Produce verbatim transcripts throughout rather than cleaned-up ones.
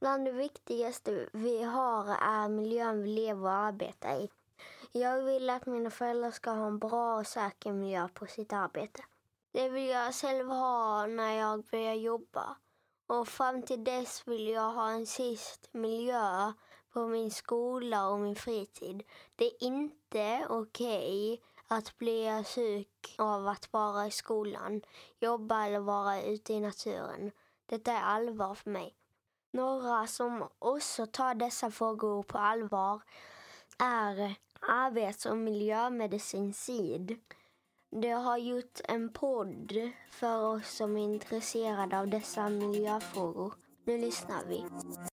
Bland det viktigaste vi har är miljön vi lever och arbetar i. Jag vill att mina föräldrar ska ha en bra och säker miljö på sitt arbete. Det vill jag själv ha när jag börjar jobba. Och fram till dess vill jag ha en sist miljö på min skola och min fritid. Det är inte okej att bli sjuk av att vara i skolan, jobba eller vara ute i naturen. Det är allvar för mig. Några som också tar dessa frågor på allvar är arbets- och miljömedicin S I D. De har gjort en podd för oss som är intresserade av dessa miljöfrågor. Nu lyssnar vi.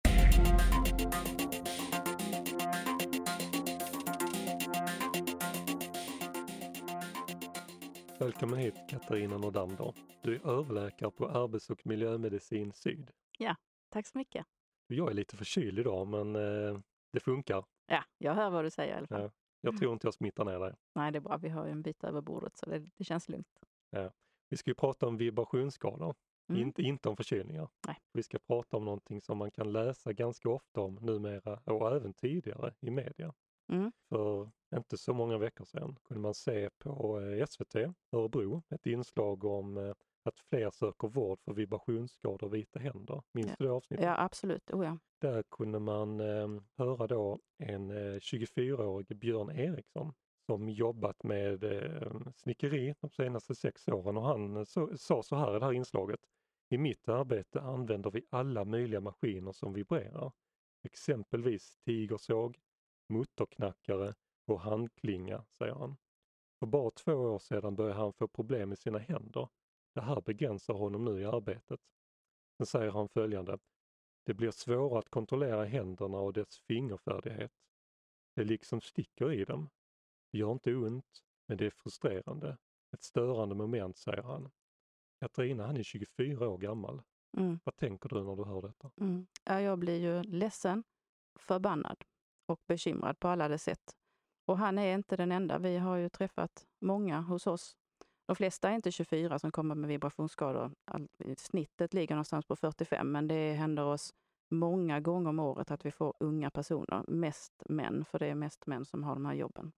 Välkommen hit Katarina Nordander. Du är överläkare på arbets- och miljömedicin S Y D. Ja, tack så mycket. Jag är lite förkyld idag men eh, det funkar. Ja, jag hör vad du säger i alla fall. Ja. Jag tror inte jag smittar ner dig. Nej, det är bra. Vi har ju en bit över bordet så det, det känns lugnt. Ja. Vi ska ju prata om vibrationsskador, Mm. inte, inte om förkylningar. Nej. Vi ska prata om någonting som man kan läsa ganska ofta om numera och även tidigare i media. Mm. För inte så många veckor sedan kunde man se på eh, S V T, Örebro, ett inslag om eh, att fler söker vård för vibrationsskador och vita händer. Minns Ja. du det avsnittet? Ja, absolut. Oh, ja. Där kunde man eh, höra då en eh, tjugofyraårig Björn Eriksson som jobbat med eh, snickeri de senaste sex åren och han eh, så, sa så här i det här inslaget: i mitt arbete använder vi alla möjliga maskiner som vibrerar. Exempelvis tigersåg, mutterknackare och handklinga, säger han. För bara två år sedan började han få problem med sina händer. Det här begränsar honom nu i arbetet. Sen säger han följande: det blir svårare att kontrollera händerna och dess fingerfärdighet. Det liksom sticker i dem. Det gör inte ont, men det är frustrerande. Ett störande moment, säger han. Katarina, han är tjugofyra år gammal. Mm. Vad tänker du när du hör detta? Mm. Ja, jag blir ju ledsen, förbannad och bekymrad på alla de sätt. Och han är inte den enda. Vi har ju träffat många hos oss. De flesta är inte tjugofyra som kommer med vibrationsskador. All, snittet ligger någonstans på fyrtiofem, men det händer oss många gånger om året att vi får unga personer, mest män, för det är mest män som har de här jobben.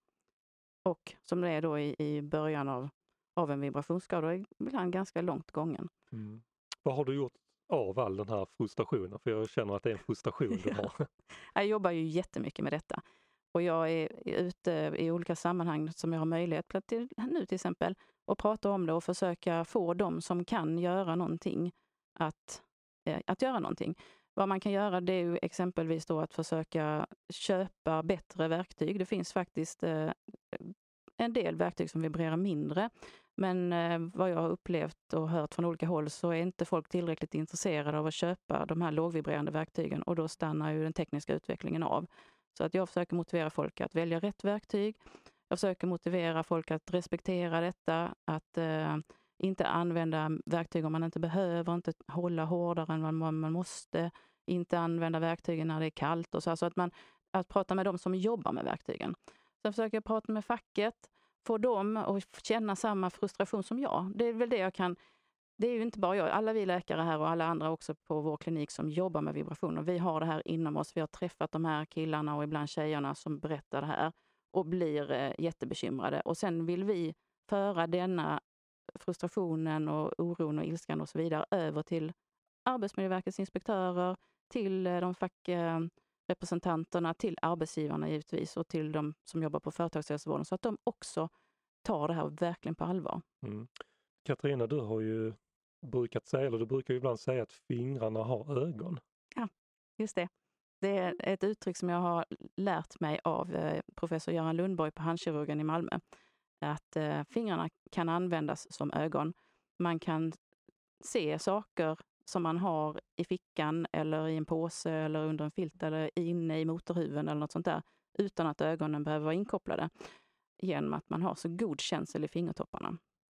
Och som det är då i, i början av, av en vibrationsskada, är ibland ganska långt gången. Mm. Vad har du gjort av all den här frustrationen? För jag känner att det är en frustration du har. Jag jobbar ju jättemycket med detta. Och jag är ute i olika sammanhang som jag har möjlighet till, nu till exempel, att prata om det och försöka få dem som kan göra någonting att, eh, att göra någonting. Vad man kan göra, det är ju exempelvis då att försöka köpa bättre verktyg. Det finns faktiskt eh, en del verktyg som vibrerar mindre. Men eh, vad jag har upplevt och hört från olika håll så är inte folk tillräckligt intresserade av att köpa de här lågvibrerande verktygen och då stannar ju den tekniska utvecklingen av. Så att jag försöker motivera folk att välja rätt verktyg. Jag försöker motivera folk att respektera detta, att eh, inte använda verktyg om man inte behöver, inte hålla hårdare än vad man måste, inte använda verktygen när det är kallt och så. Alltså att man att prata med dem som jobbar med verktygen. Sen försöker jag prata med facket, få dem att känna samma frustration som jag. Det är väl det jag kan. Det är ju inte bara jag, alla vi läkare här och alla andra också på vår klinik som jobbar med vibrationer. Vi har det här inom oss. Vi har träffat de här killarna och ibland tjejerna som berättar det här och blir eh, jättebekymrade. Och sen vill vi föra denna frustrationen och oron och ilskan och så vidare över till Arbetsmiljöverkets inspektörer, till eh, de fackrepresentanterna, till arbetsgivarna givetvis och till de som jobbar på företagshälsovården så att de också tar det här verkligen på allvar. Mm. Katarina, du har ju brukat säga, eller du brukar ju ibland säga att fingrarna har ögon. Ja, just det. Det är ett uttryck som jag har lärt mig av eh, professor Göran Lundborg på handkirurgen i Malmö. Att eh, fingrarna kan användas som ögon. Man kan se saker som man har i fickan eller i en påse eller under en filt eller inne i motorhuven eller något sånt där utan att ögonen behöver vara inkopplade genom att man har så god känsel i fingertopparna.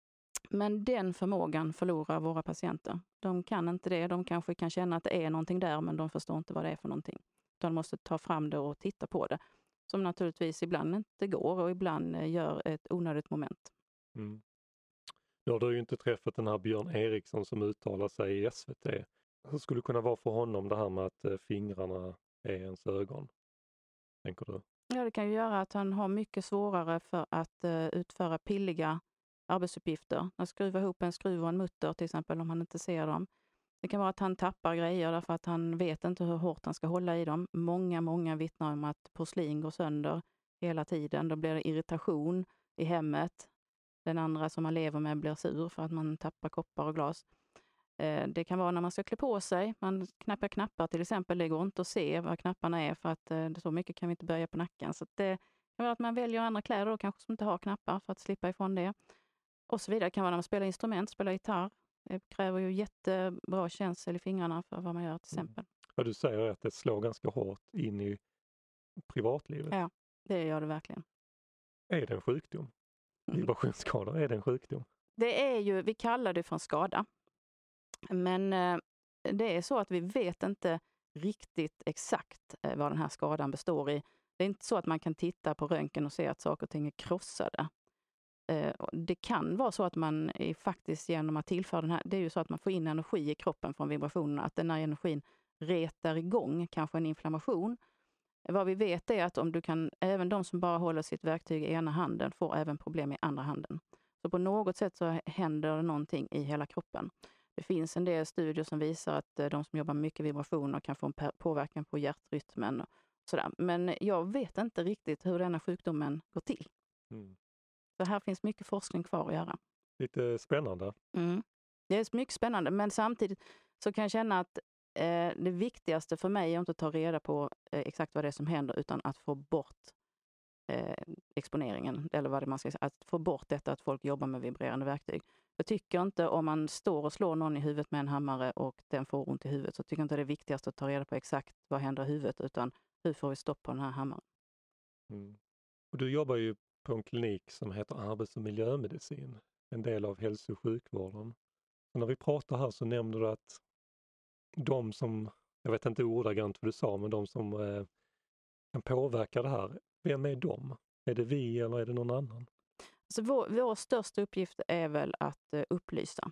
Men den förmågan förlorar våra patienter. De kan inte det. De kanske kan känna att det är någonting där men de förstår inte vad det är för någonting. De måste ta fram det och titta på det. Som naturligtvis ibland inte går och ibland gör ett onödigt moment. Mm. Ja, du har ju inte träffat den här Björn Eriksson som uttalar sig i S V T. Hur skulle det kunna vara för honom det här med att eh, fingrarna är ens ögon? Tänker du? Ja, det kan ju göra att han har mycket svårare för att uh, utföra pilliga arbetsuppgifter. Att skruva ihop en skruv och en mutter till exempel, om han inte ser dem. Det kan vara att han tappar grejer därför att han vet inte hur hårt han ska hålla i dem. Många, många vittnar om att porslin går sönder hela tiden. Då blir det irritation i hemmet. Den andra som man lever med blir sur för att man tappar koppar och glas. Eh, det kan vara när man ska klä på sig. Man knappar knappar till exempel. Det går inte att se vad knapparna är för att eh, så mycket kan vi inte börja på nacken. Så att det kan vara att man väljer andra kläder då, kanske som inte har knappar för att slippa ifrån det. Och så vidare. Det kan vara när man spelar instrument, spelar gitarr. Det kräver ju jättebra känsel i fingrarna för vad man gör till exempel. Mm. Vad du säger är att det slår ganska hårt in i privatlivet. Ja, det gör det verkligen. Är det en sjukdom? Vibrationsskador, är det en sjukdom? Det är ju, vi kallar det för en skada. Men eh, det är så att vi vet inte riktigt exakt eh, vad den här skadan består i. Det är inte så att man kan titta på röntgen och se att saker och ting är krossade. Eh, det kan vara så att man är faktiskt genom att tillföra den här, det är ju så att man får in energi i kroppen från vibrationerna, att den här energin retar igång kanske en inflammation. Vad vi vet är att om du kan, även de som bara håller sitt verktyg i ena handen får även problem i andra handen. Så på något sätt så händer det någonting i hela kroppen. Det finns en del studier som visar att de som jobbar med mycket vibrationer kan få en påverkan på hjärtrytmen och sådär. Men jag vet inte riktigt hur denna sjukdomen går till. Mm. Så här finns mycket forskning kvar att göra. Lite spännande. Mm. Det är mycket spännande, men samtidigt så kan jag känna att eh, det viktigaste för mig är inte att ta reda på eh, exakt vad det är som händer, utan att få bort eh, exponeringen, eller vad det man ska säga, att få bort detta att folk jobbar med vibrerande verktyg. Jag tycker inte om man står och slår någon i huvudet med en hammare och den får ont i huvudet, så tycker jag inte det är viktigast att ta reda på exakt vad händer i huvudet, utan hur får vi stopp på den här hammaren. Mm. Och du jobbar ju på en klinik som heter arbets- och miljömedicin, en del av hälso- och sjukvården. Och när vi pratar här så nämnde du att de som, jag vet inte ordagrant vad du sa, men de som eh, kan påverka det här, vem är de? Är det vi eller är det någon annan? Så vår, vår största uppgift är väl att eh, upplysa.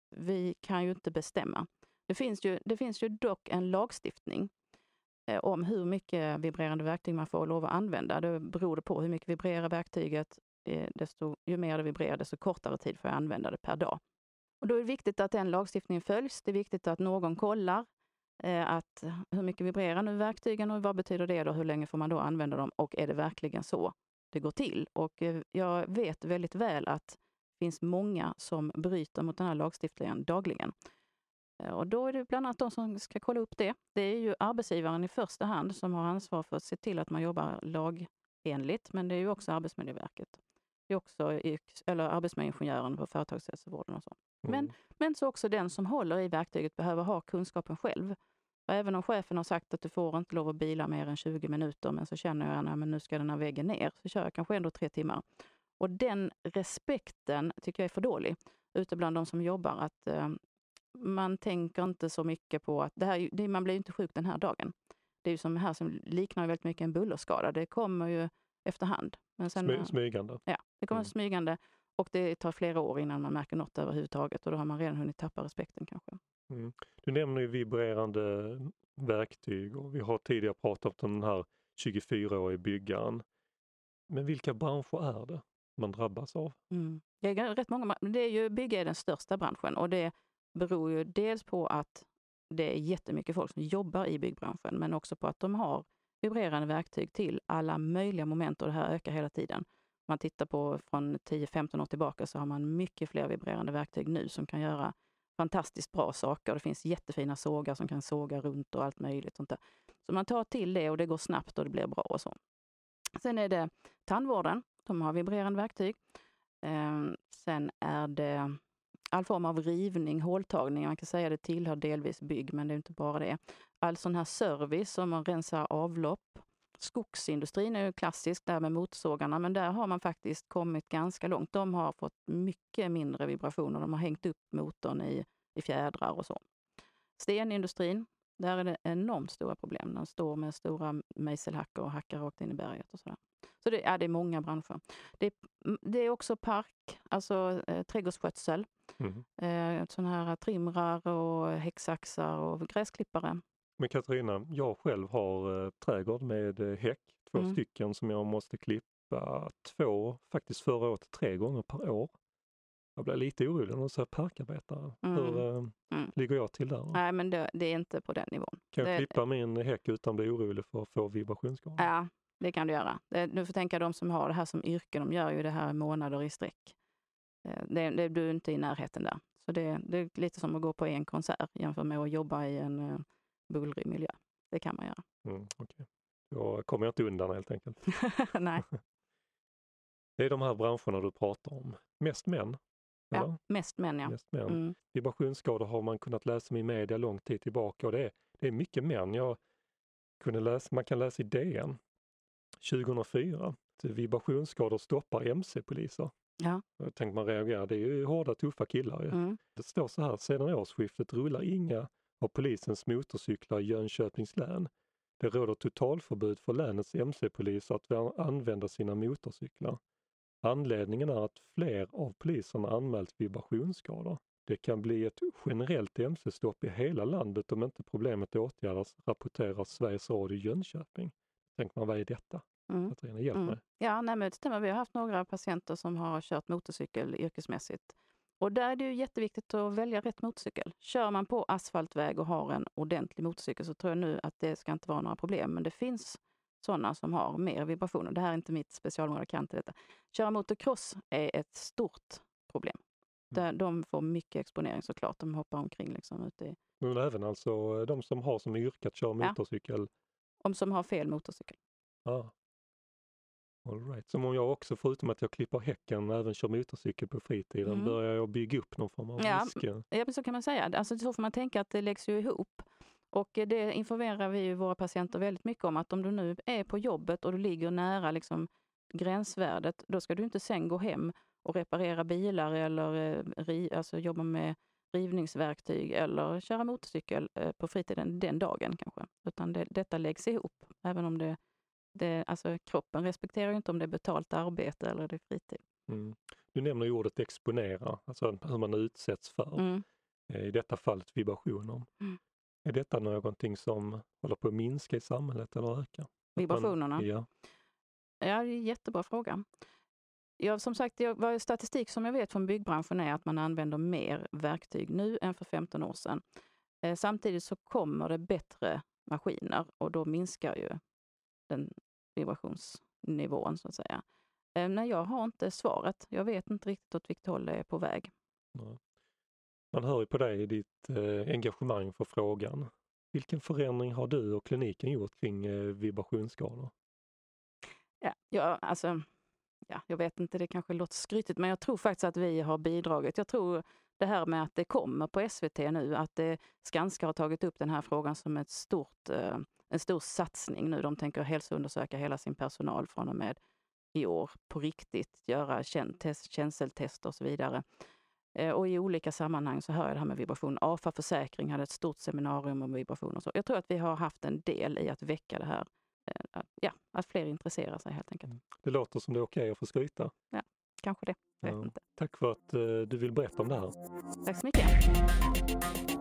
Vi kan ju inte bestämma. Det finns ju, det finns ju dock en lagstiftning eh, om hur mycket vibrerande verktyg man får lov att använda. Det beror på hur mycket vibrerar verktyget. Eh, desto, ju mer det vibrerar, desto kortare tid får jag använda det per dag. Och då är det viktigt att den lagstiftningen följs. Det är viktigt att någon kollar eh, att hur mycket vibrerar nu verktygen och vad betyder det då? Hur länge får man då använda dem? Och är det verkligen så det går till? Och eh, jag vet väldigt väl att det finns många som bryter mot den här lagstiftningen dagligen. Eh, och då är det bland annat de som ska kolla upp det. Det är ju arbetsgivaren i första hand som har ansvar för att se till att man jobbar lagenligt, men det är ju också Arbetsmiljöverket. Det är också yrkes- eller arbetsmiljöingenjören på företagshälsovården och så. Mm. Men, men så också den som håller i verktyget behöver ha kunskapen själv. Och även om chefen har sagt att du får inte lov att bila mer än tjugo minuter, men så känner jag att nu ska den här väggen ner, så kör jag kanske ändå tre timmar. Och den respekten tycker jag är för dålig ute bland de som jobbar, att eh, man tänker inte så mycket på att det här, det, man blir ju inte sjuk den här dagen. Det är ju som här som liknar väldigt mycket en bullerskada. Det kommer ju efterhand. Men sen, Smy, smygande. Ja, det kommer Mm. smygande och det tar flera år innan man märker något överhuvudtaget, och då har man redan hunnit tappa respekten kanske. Mm. Du nämner ju vibrerande verktyg och vi har tidigare pratat om den här tjugofyraårige byggaren. Men vilka branscher är det man drabbas av? Mm. Det är rätt många, det är ju, bygga är den största branschen, och det beror ju dels på att det är jättemycket folk som jobbar i byggbranschen, men också på att de har vibrerande verktyg till alla möjliga moment, och det här ökar hela tiden. Om man tittar på från tio femton år tillbaka så har man mycket fler vibrerande verktyg nu som kan göra fantastiskt bra saker. Det finns jättefina sågar som kan såga runt och allt möjligt sånt där. Så man tar till det och det går snabbt och det blir bra och så. Sen är det tandvården, de har vibrerande verktyg. Eh, sen är det all form av rivning, håltagning, man kan säga det tillhör delvis bygg, men det är inte bara det. All sån här service som man rensar avlopp. Skogsindustrin är ju klassisk där med motorsågarna, men där har man faktiskt kommit ganska långt. De har fått mycket mindre vibrationer, de har hängt upp motorn i, i fjädrar och så. Stenindustrin, Där är det enormt stora problem. De står med stora mejselhackor och hackar rakt in i berget och sådär. Så det, ja, det är många branscher. Det, det är också park, alltså eh, trädgårdsskötsel. Mm. Eh, sådana här trimrar och häcksaxar och gräsklippare. Men Katarina, jag själv har eh, trädgård med eh, häck, två Mm. stycken som jag måste klippa två, faktiskt förra året tre gånger per år. Jag blir lite orolig när jag säger parkarbetare. Mm. Hur eh, Mm. ligger jag till där? Nej, men det, det är inte på den nivån. Kan jag det, klippa min häck utan att bli orolig för att få vibrationsskador? Ja, det kan du göra. Det, du får tänka de som har det här som yrke, de gör ju det här månader i sträck. Eh, Det, det, du är inte i närheten där. Så det, det är lite som att gå på en konsert jämfört med att jobba i en uh, bullrig miljö. Det kan man göra. Mm, okay. Då kommer jag inte undan helt enkelt. Nej. Det är de här branscherna du pratar om. Mest män? Eller? Ja, mest män, ja. Mest män. Mm. Vibrationsskador har man kunnat läsa i media lång tid tillbaka och det är, det är mycket män. Jag kunde läsa, man kan läsa i D N tjugohundrafyra att vibrationsskador stoppar M C-poliser. Ja. Jag tänkte man reagerar, det är ju hårda tuffa killar. Ju. Mm. Det står så här, sedan årsskiftet rullar inga av polisens motorcyklar i Jönköpings län. Det råder totalförbud för länets M C-poliser att vä- använda sina motorcyklar. Anledningen är att fler av poliserna anmält vibrationsskador. Det kan bli ett generellt M C-stopp i hela landet om inte problemet åtgärdas, rapporterar Sveriges Radio Jönköping. Tänker man, vad är detta? Mm. Katarina, hjälp Mm. mig. Ja, nej, men det stämmer. Vi har haft några patienter som har kört motorcykel yrkesmässigt. Och där är det ju jätteviktigt att välja rätt motorcykel. Kör man på asfaltväg och har en ordentlig motorcykel så tror jag nu att det ska inte vara några problem. Men det finns sådana som har mer vibrationer. Det här är inte mitt specialområde, kan inte detta. Köra motocross är ett stort problem. Där de får mycket exponering såklart. De hoppar omkring liksom ute i... Men även alltså de som har som yrke att köra Ja. motorcykel. Om som har fel motorcykel. Ja. All right. Som om jag också, förutom att jag klipper häcken, även kör motorcykel på fritiden, Mm. börjar jag bygga upp någon form av Ja. risk. Ja, men så kan man säga. Alltså, så får man tänka att det läggs ju ihop. Och det informerar vi ju våra patienter väldigt mycket om, att om du nu är på jobbet och du ligger nära liksom gränsvärdet, då ska du inte sen gå hem och reparera bilar eller eh, ri, alltså jobba med rivningsverktyg eller köra motorcykel eh, på fritiden den dagen kanske. Utan det, detta läggs ihop, även om det, det, alltså kroppen respekterar ju inte om det är betalt arbete eller det är fritid. Mm. Du nämner ju ordet exponera, alltså hur man utsätts för, Mm. eh, i detta fallet vibrationer. Mm. Är detta någonting som håller på att minska i samhället eller öka? Att Vibrationerna? Man, ja. Ja, det är en jättebra fråga. Ja, som sagt, jag, vad statistik som jag vet från byggbranschen är att man använder mer verktyg nu än för femton år sedan. Eh, samtidigt så kommer det bättre maskiner och då minskar ju den vibrationsnivån så att säga. Eh, men jag har inte svaret. Jag vet inte riktigt åt vilket håll det är på väg. Ja. Man hör ju på dig ditt eh, engagemang för frågan. Vilken förändring har du och kliniken gjort kring eh, vibrationsskador? Ja, jag, alltså, ja, jag vet inte, det kanske låter skrytigt, men jag tror faktiskt att vi har bidragit. Jag tror det här med att det kommer på S V T nu, att det, Skanska har tagit upp den här frågan som ett stort, eh, en stor satsning nu. De tänker hälsoundersöka hela sin personal från och med i år på riktigt, göra kän- test, känseltester och så vidare. Eh, och i olika sammanhang så hör jag det här med vibration. A F A Försäkring hade ett stort seminarium om vibration och så. Jag tror att vi har haft en del i att väcka det här. Eh, att, ja, att fler intresserar sig helt enkelt. Mm. Det låter som det är okej att få skryta. Kanske det, jag vet Ja. inte. Tack för att eh, du vill berätta om det här. Tack så mycket.